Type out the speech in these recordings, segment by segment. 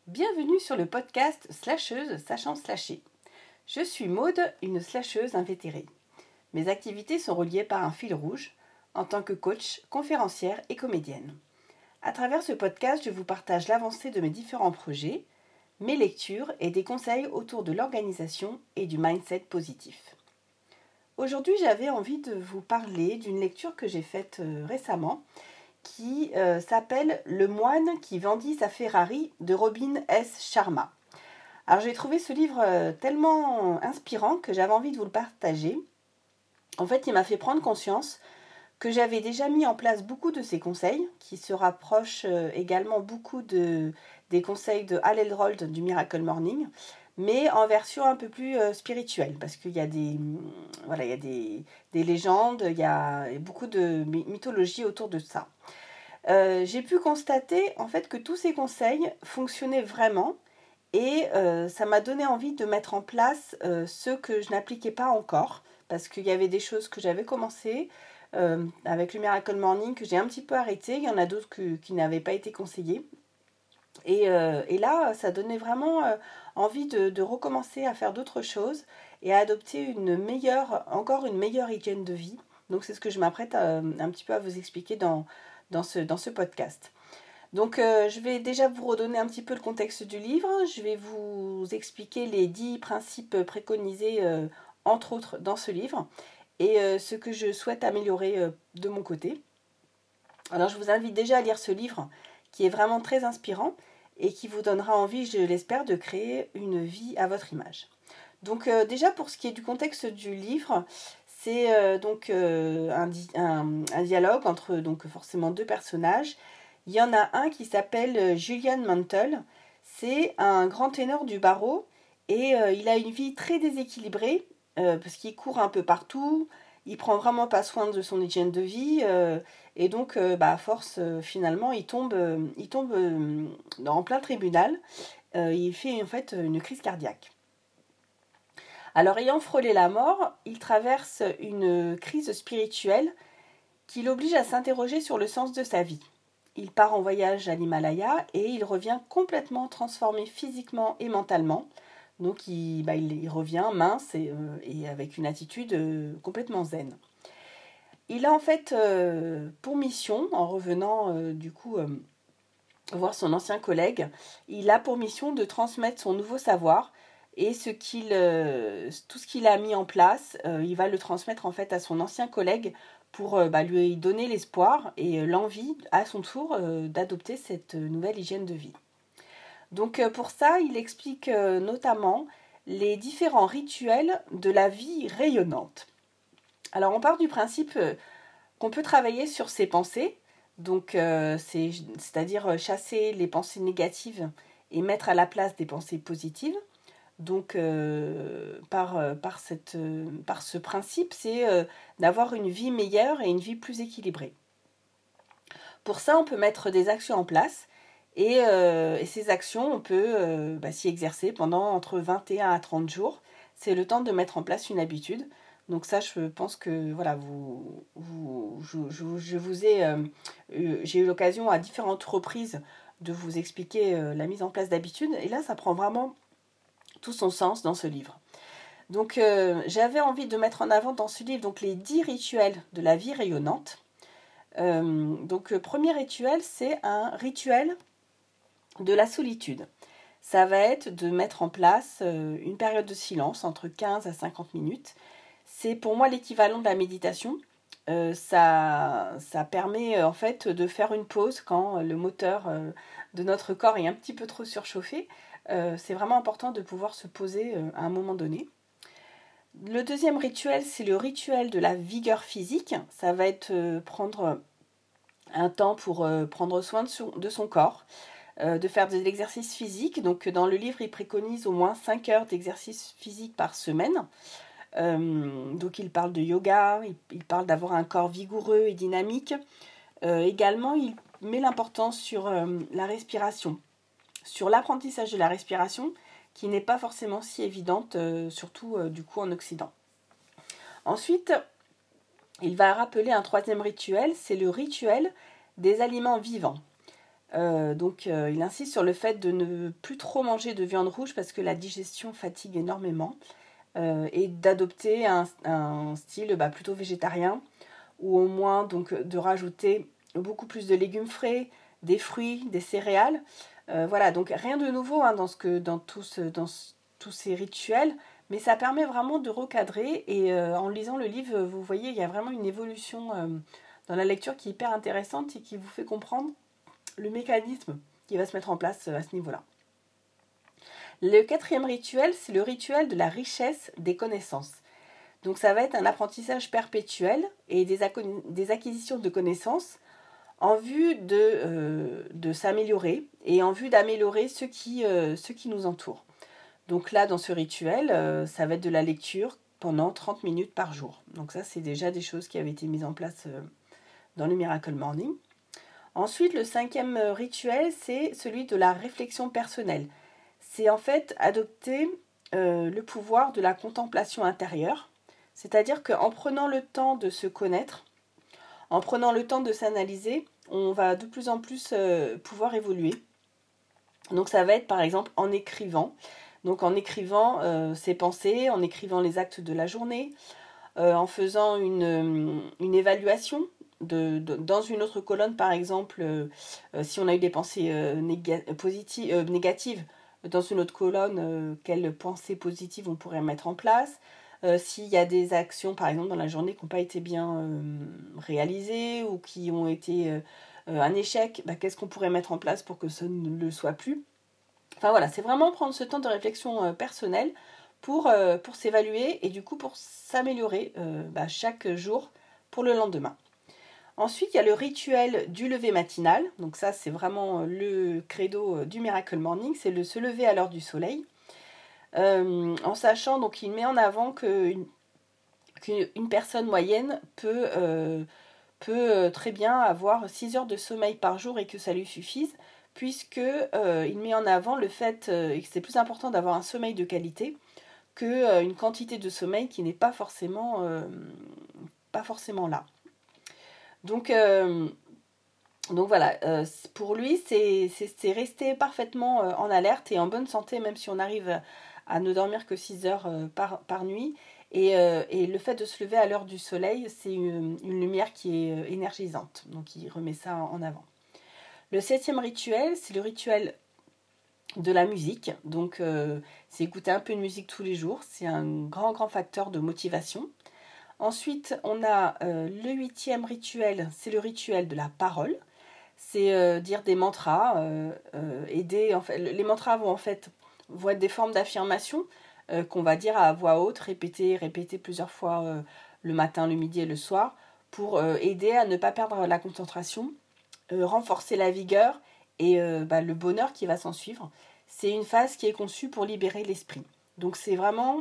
Bienvenue sur le podcast Slasheuse sachant slasher. Je suis Maude, une slasheuse invétérée. Mes activités sont reliées par un fil rouge en tant que coach, conférencière et comédienne. À travers ce podcast, je vous partage l'avancée de mes différents projets, mes lectures et des conseils autour de l'organisation et du mindset positif. Aujourd'hui, j'avais envie de vous parler d'une lecture que j'ai faite récemment qui s'appelle « Le moine qui vendit sa Ferrari » de Robin S. Sharma. Alors j'ai trouvé ce livre tellement inspirant que j'avais envie de vous le partager. En fait, il m'a fait prendre conscience que j'avais déjà mis en place beaucoup de ses conseils, qui se rapprochent également beaucoup des conseils de Hal Elrod du Miracle Morning, mais en version un peu plus spirituelle, parce qu'il y a des légendes, il y a beaucoup de mythologie autour de ça. J'ai pu constater en fait que tous ces conseils fonctionnaient vraiment et ça m'a donné envie de mettre en place ceux que je n'appliquais pas encore, parce qu'il y avait des choses que j'avais commencé avec le Miracle Morning que j'ai un petit peu arrêté, il y en a d'autres qui n'avaient pas été conseillées. Et là, ça donnait vraiment envie de recommencer à faire d'autres choses et à adopter encore une meilleure hygiène de vie. Donc c'est ce que je m'apprête un petit peu à vous expliquer dans ce podcast. Donc je vais déjà vous redonner un petit peu le contexte du livre. Je vais vous expliquer les 10 principes préconisés entre autres dans ce livre et ce que je souhaite améliorer de mon côté. Alors je vous invite déjà à lire ce livre qui est vraiment très inspirant et qui vous donnera envie, je l'espère, de créer une vie à votre image. Donc déjà pour ce qui est du contexte du livre, c'est un dialogue entre donc forcément deux personnages. Il y en a un qui s'appelle Julian Mantle. C'est un grand ténor du barreau et il a une vie très déséquilibrée parce qu'il court un peu partout. Il prend vraiment pas soin de son hygiène de vie et donc à force finalement il tombe en plein tribunal. Il fait en fait une crise cardiaque. Alors ayant frôlé la mort, il traverse une crise spirituelle qui l'oblige à s'interroger sur le sens de sa vie. Il part en voyage à l'Himalaya et il revient complètement transformé physiquement et mentalement. Donc il revient mince et avec une attitude complètement zen. Il a en fait pour mission, en revenant voir son ancien collègue, il a pour mission de transmettre son nouveau savoir et tout ce qu'il a mis en place, il va le transmettre en fait à son ancien collègue pour lui donner l'espoir et l'envie à son tour d'adopter cette nouvelle hygiène de vie. Donc pour ça, il explique notamment les différents rituels de la vie rayonnante. Alors on part du principe qu'on peut travailler sur ses pensées, donc c'est-à-dire chasser les pensées négatives et mettre à la place des pensées positives. Donc par ce principe, c'est d'avoir une vie meilleure et une vie plus équilibrée. Pour ça, on peut mettre des actions en place et ces actions, on peut s'y exercer pendant entre 21 à 30 jours. C'est le temps de mettre en place une habitude. Donc ça, je pense que voilà, j'ai eu l'occasion à différentes reprises de vous expliquer la mise en place d'habitudes. Et là, ça prend vraiment tout son sens dans ce livre. Donc j'avais envie de mettre en avant dans ce livre donc, les 10 rituels de la vie rayonnante. Premier rituel, c'est un rituel de la solitude. Ça va être de mettre en place une période de silence entre 15 à 50 minutes. C'est pour moi l'équivalent de la méditation. Ça permet en fait de faire une pause quand le moteur de notre corps est un petit peu trop surchauffé. C'est vraiment important de pouvoir se poser à un moment donné. Le deuxième rituel, c'est le rituel de la vigueur physique. Ça va être prendre un temps pour prendre soin de son corps, de faire de l'exercice physique. Donc dans le livre, il préconise au moins 5 heures d'exercice physique par semaine. Donc il parle de yoga, il parle d'avoir un corps vigoureux et dynamique. Également, il met l'importance sur la respiration, sur l'apprentissage de la respiration, qui n'est pas forcément si évidente, surtout du coup en Occident. Ensuite, il va rappeler un troisième rituel, c'est le rituel des aliments vivants. Il insiste sur le fait de ne plus trop manger de viande rouge parce que la digestion fatigue énormément et d'adopter un style plutôt végétarien ou au moins donc, de rajouter beaucoup plus de légumes frais, des fruits, des céréales. Voilà, donc rien de nouveau dans tous ces rituels, mais ça permet vraiment de recadrer et en lisant le livre, vous voyez, il y a vraiment une évolution dans la lecture qui est hyper intéressante et qui vous fait comprendre le mécanisme qui va se mettre en place à ce niveau-là. Le quatrième rituel, c'est le rituel de la richesse des connaissances. Donc ça va être un apprentissage perpétuel et des acquisitions de connaissances en vue de s'améliorer et en vue d'améliorer ce qui nous entoure. Donc là, dans ce rituel, ça va être de la lecture pendant 30 minutes par jour. Donc ça, c'est déjà des choses qui avaient été mises en place dans le Miracle Morning. Ensuite, le cinquième rituel, c'est celui de la réflexion personnelle. C'est en fait adopter le pouvoir de la contemplation intérieure. C'est-à-dire qu'en prenant le temps de se connaître, en prenant le temps de s'analyser, on va de plus en plus pouvoir évoluer. Donc ça va être par exemple en écrivant. Donc en écrivant ses pensées, en écrivant les actes de la journée, en faisant une évaluation dans une autre colonne, par exemple, si on a eu des pensées négatives, dans une autre colonne, quelles pensées positives on pourrait mettre en place. S'il y a des actions, par exemple, dans la journée qui n'ont pas été bien réalisées ou qui ont été un échec, qu'est-ce qu'on pourrait mettre en place pour que ça ne le soit plus. Enfin voilà, c'est vraiment prendre ce temps de réflexion personnelle pour s'évaluer et du coup pour s'améliorer chaque jour pour le lendemain. Ensuite, il y a le rituel du lever matinal. Donc ça, c'est vraiment le credo du Miracle Morning, c'est se lever à l'heure du soleil. En sachant, donc il met en avant qu'une personne moyenne peut très bien avoir 6 heures de sommeil par jour et que ça lui suffise, puisque il met en avant le fait que c'est plus important d'avoir un sommeil de qualité qu'une quantité de sommeil qui n'est pas forcément là. Donc voilà, pour lui, c'est rester parfaitement en alerte et en bonne santé, même si on arrive à ne dormir que 6 heures par nuit. Et le fait de se lever à l'heure du soleil, c'est une lumière qui est énergisante. Donc il remet ça en avant. Le 7e rituel, c'est le rituel de la musique. Donc c'est écouter un peu de musique tous les jours. C'est un grand facteur de motivation. Ensuite, on a le 8e rituel, c'est le rituel de la parole. C'est dire des mantras, aider. En fait, les mantras vont être des formes d'affirmation qu'on va dire à voix haute, répéter plusieurs fois le matin, le midi et le soir pour aider à ne pas perdre la concentration, renforcer la vigueur et le bonheur qui va s'en suivre. C'est une phase qui est conçue pour libérer l'esprit. Donc c'est vraiment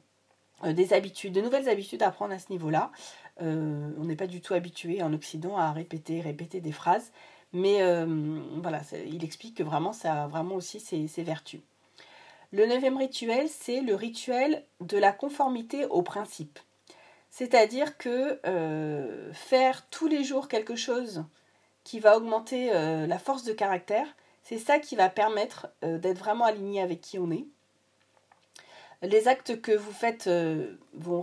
de nouvelles habitudes à prendre à ce niveau-là. On n'est pas du tout habitué en Occident à répéter des phrases, mais voilà, il explique que vraiment ça a vraiment aussi ses vertus. Le 9e rituel, c'est le rituel de la conformité aux principes. C'est-à-dire que faire tous les jours quelque chose qui va augmenter la force de caractère, c'est ça qui va permettre d'être vraiment aligné avec qui on est. Les actes que vous faites vont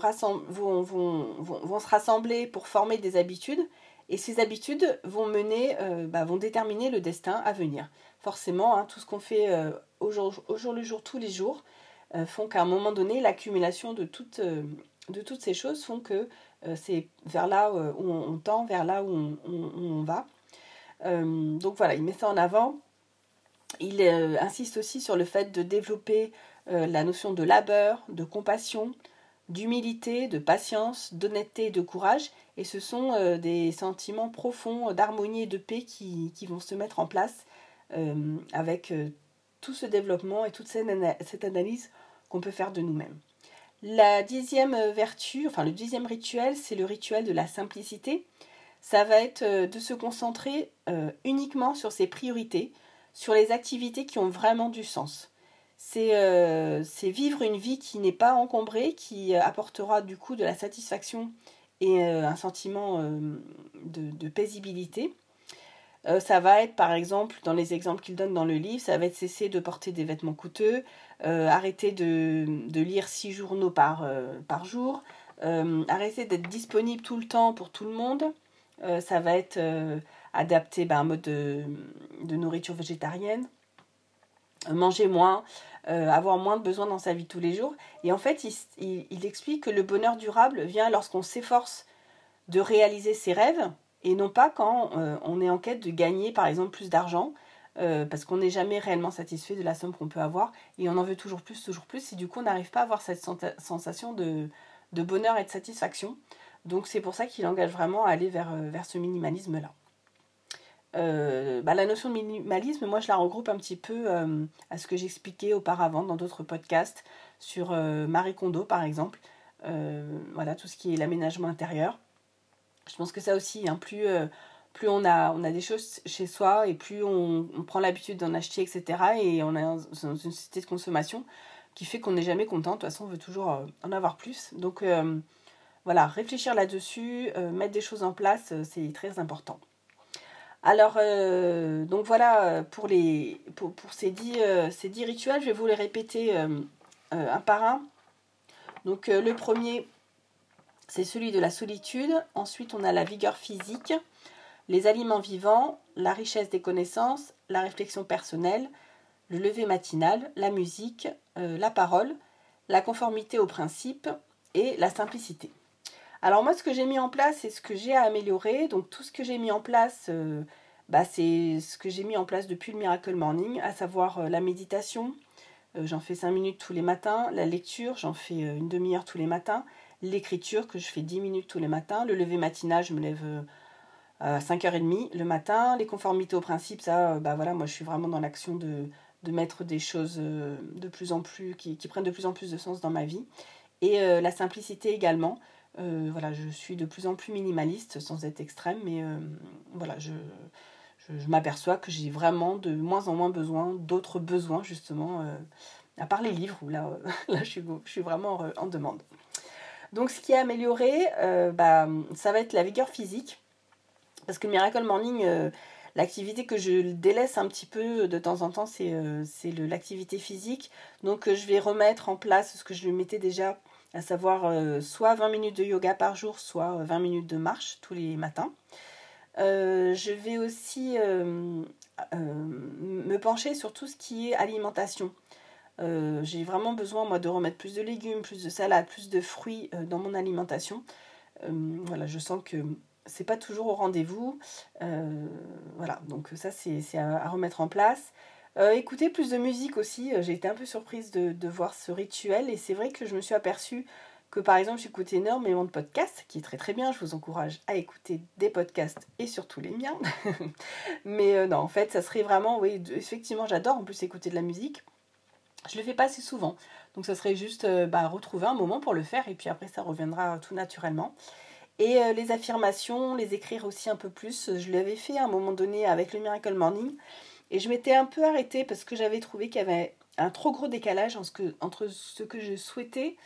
se rassembler pour former des habitudes et ces habitudes vont déterminer le destin à venir. Forcément, tout ce qu'on fait au jour le jour, tous les jours, font qu'à un moment donné, l'accumulation de toutes ces choses font que c'est vers là où on tend, vers là où on va. Donc voilà, il met ça en avant. Il insiste aussi sur le fait de développer la notion de labeur, de compassion, d'humilité, de patience, d'honnêteté et de courage. Et ce sont des sentiments profonds d'harmonie et de paix qui vont se mettre en place avec tout ce développement et toute cette analyse qu'on peut faire de nous-mêmes. La 10e vertu, le 10e rituel, c'est le rituel de la simplicité. Ça va être de se concentrer uniquement sur ses priorités, sur les activités qui ont vraiment du sens. C'est vivre une vie qui n'est pas encombrée, qui apportera du coup de la satisfaction et un sentiment de paisibilité. Ça va être, par exemple, dans les exemples qu'il donne dans le livre, ça va être cesser de porter des vêtements coûteux, arrêter de lire 6 journaux par jour, arrêter d'être disponible tout le temps pour tout le monde. Ça va être adapter un mode de nourriture végétarienne, manger moins, avoir moins de besoins dans sa vie de tous les jours. Et en fait, il explique que le bonheur durable vient lorsqu'on s'efforce de réaliser ses rêves, et non pas quand on est en quête de gagner, par exemple, plus d'argent, parce qu'on n'est jamais réellement satisfait de la somme qu'on peut avoir, et on en veut toujours plus, et du coup, on n'arrive pas à avoir cette sensation de bonheur et de satisfaction. Donc, c'est pour ça qu'il engage vraiment à aller vers ce minimalisme-là. La notion de minimalisme, moi, je la regroupe un petit peu à ce que j'expliquais auparavant dans d'autres podcasts, sur Marie Kondo, par exemple. Voilà, tout ce qui est l'aménagement intérieur. Je pense que ça aussi, plus on a des choses chez soi et plus on prend l'habitude d'en acheter, etc. Et on est dans une société de consommation qui fait qu'on n'est jamais content. De toute façon, on veut toujours en avoir plus. Donc voilà, réfléchir là-dessus, mettre des choses en place, c'est très important. Alors, donc voilà, pour ces 10 rituels, je vais vous les répéter un par un. Donc le premier, c'est celui de la solitude. Ensuite, on a la vigueur physique, les aliments vivants, la richesse des connaissances, la réflexion personnelle, le lever matinal, la musique, la parole, la conformité aux principes et la simplicité. Alors moi, ce que j'ai mis en place et ce que j'ai à améliorer, donc tout ce que j'ai mis en place, c'est ce que j'ai mis en place depuis le Miracle Morning, à savoir la méditation, j'en fais 5 minutes tous les matins, la lecture, j'en fais une demi-heure tous les matins, l'écriture que je fais 10 minutes tous les matins, le lever matinal, je me lève à 5h30 le matin, les conformités aux principes, ça, moi je suis vraiment dans l'action de mettre des choses de plus en plus, qui prennent de plus en plus de sens dans ma vie, et la simplicité également. Je suis de plus en plus minimaliste, sans être extrême, mais je m'aperçois que j'ai vraiment de moins en moins d'autres besoins, justement, à part les livres, où là je suis vraiment en demande. Donc ce qui est amélioré, ça va être la vigueur physique, parce que le Miracle Morning, l'activité que je délaisse un petit peu de temps en temps, c'est l'activité physique. Donc je vais remettre en place ce que je lui mettais déjà, à savoir soit 20 minutes de yoga par jour, soit 20 minutes de marche tous les matins. Je vais aussi me pencher sur tout ce qui est alimentation. J'ai vraiment besoin, moi, de remettre plus de légumes, plus de salades, plus de fruits dans mon alimentation. Je sens que c'est pas toujours au rendez-vous. Donc ça, c'est à remettre en place. Écouter plus de musique aussi. J'ai été un peu surprise de voir ce rituel, et c'est vrai que je me suis aperçue que, par exemple, j'écoute énormément de podcasts, qui est très très bien. Je vous encourage à écouter des podcasts, et surtout les miens. Mais non, en fait, ça serait vraiment, oui, effectivement, j'adore en plus écouter de la musique. Je le fais pas assez souvent, donc ça serait juste retrouver un moment pour le faire, et puis après ça reviendra tout naturellement. Et les affirmations, les écrire aussi un peu plus. Je l'avais fait à un moment donné avec le Miracle Morning, et je m'étais un peu arrêtée parce que j'avais trouvé qu'il y avait un trop gros décalage entre ce que je souhaitais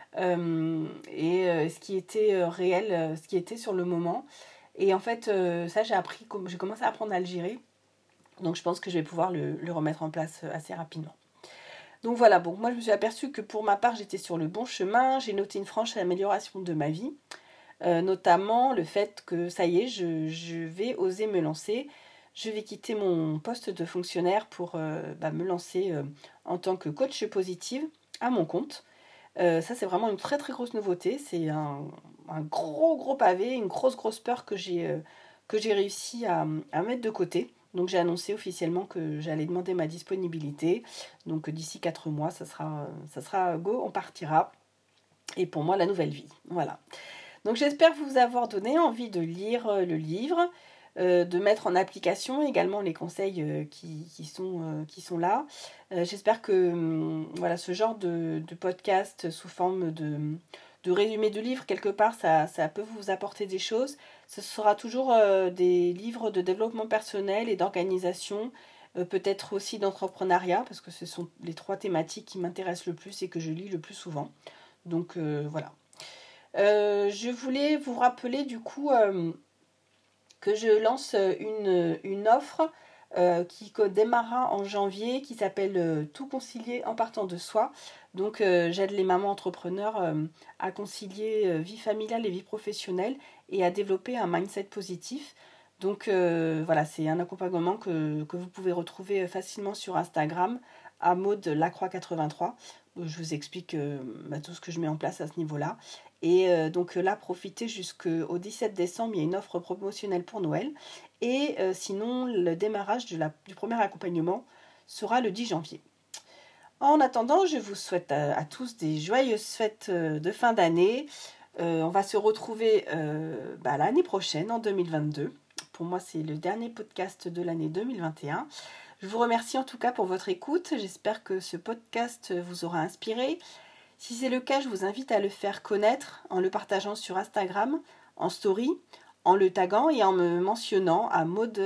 et ce qui était réel, ce qui était sur le moment. Et en fait, ça j'ai commencé à apprendre à le gérer, donc je pense que je vais pouvoir le remettre en place assez rapidement. Donc voilà, bon, moi je me suis aperçue que pour ma part j'étais sur le bon chemin. J'ai noté une franche amélioration de ma vie, notamment le fait que ça y est, je vais oser me lancer. Je vais quitter mon poste de fonctionnaire pour me lancer en tant que coach positive à mon compte. Ça c'est vraiment une très très grosse nouveauté. C'est un gros pavé, une grosse peur que j'ai réussi à mettre de côté. Donc j'ai annoncé officiellement que j'allais demander ma disponibilité. Donc d'ici 4 mois, ça sera go, on partira. Et pour moi, la nouvelle vie. Voilà. Donc j'espère vous avoir donné envie de lire le livre, de mettre en application également les conseils qui sont là. J'espère que ce genre de podcast sous forme de résumé de livre, quelque part, ça peut vous apporter des choses. Ce sera toujours des livres de développement personnel et d'organisation, peut-être aussi d'entrepreneuriat, parce que ce sont les 3 thématiques qui m'intéressent le plus et que je lis le plus souvent. Donc voilà. Je voulais vous rappeler du coup que je lance une offre qui démarrera en janvier, qui s'appelle Tout concilier en partant de soi. Donc j'aide les mamans entrepreneurs à concilier vie familiale et vie professionnelle et à développer un mindset positif. Donc voilà, c'est un accompagnement que vous pouvez retrouver facilement sur Instagram à Maud Lacroix83. Je vous explique tout ce que je mets en place à ce niveau-là. Et donc là, profitez jusqu'au 17 décembre, il y a une offre promotionnelle pour Noël. Et sinon, le démarrage du premier accompagnement sera le 10 janvier. En attendant, je vous souhaite à tous des joyeuses fêtes de fin d'année. On va se retrouver l'année prochaine, en 2022. Pour moi, c'est le dernier podcast de l'année 2021. Je vous remercie en tout cas pour votre écoute. J'espère que ce podcast vous aura inspiré. Si c'est le cas, je vous invite à le faire connaître en le partageant sur Instagram, en story, en le taguant et en me mentionnant à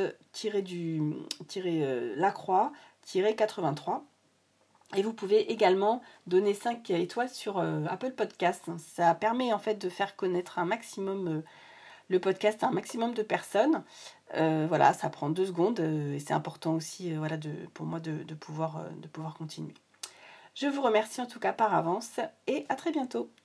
Maud-Lacroix-83. Et vous pouvez également donner 5 étoiles sur Apple Podcast. Ça permet en fait de faire connaître un maximum le podcast à un maximum de personnes. Voilà, ça prend 2 secondes et c'est important aussi pour moi de pouvoir continuer. Je vous remercie en tout cas par avance et à très bientôt.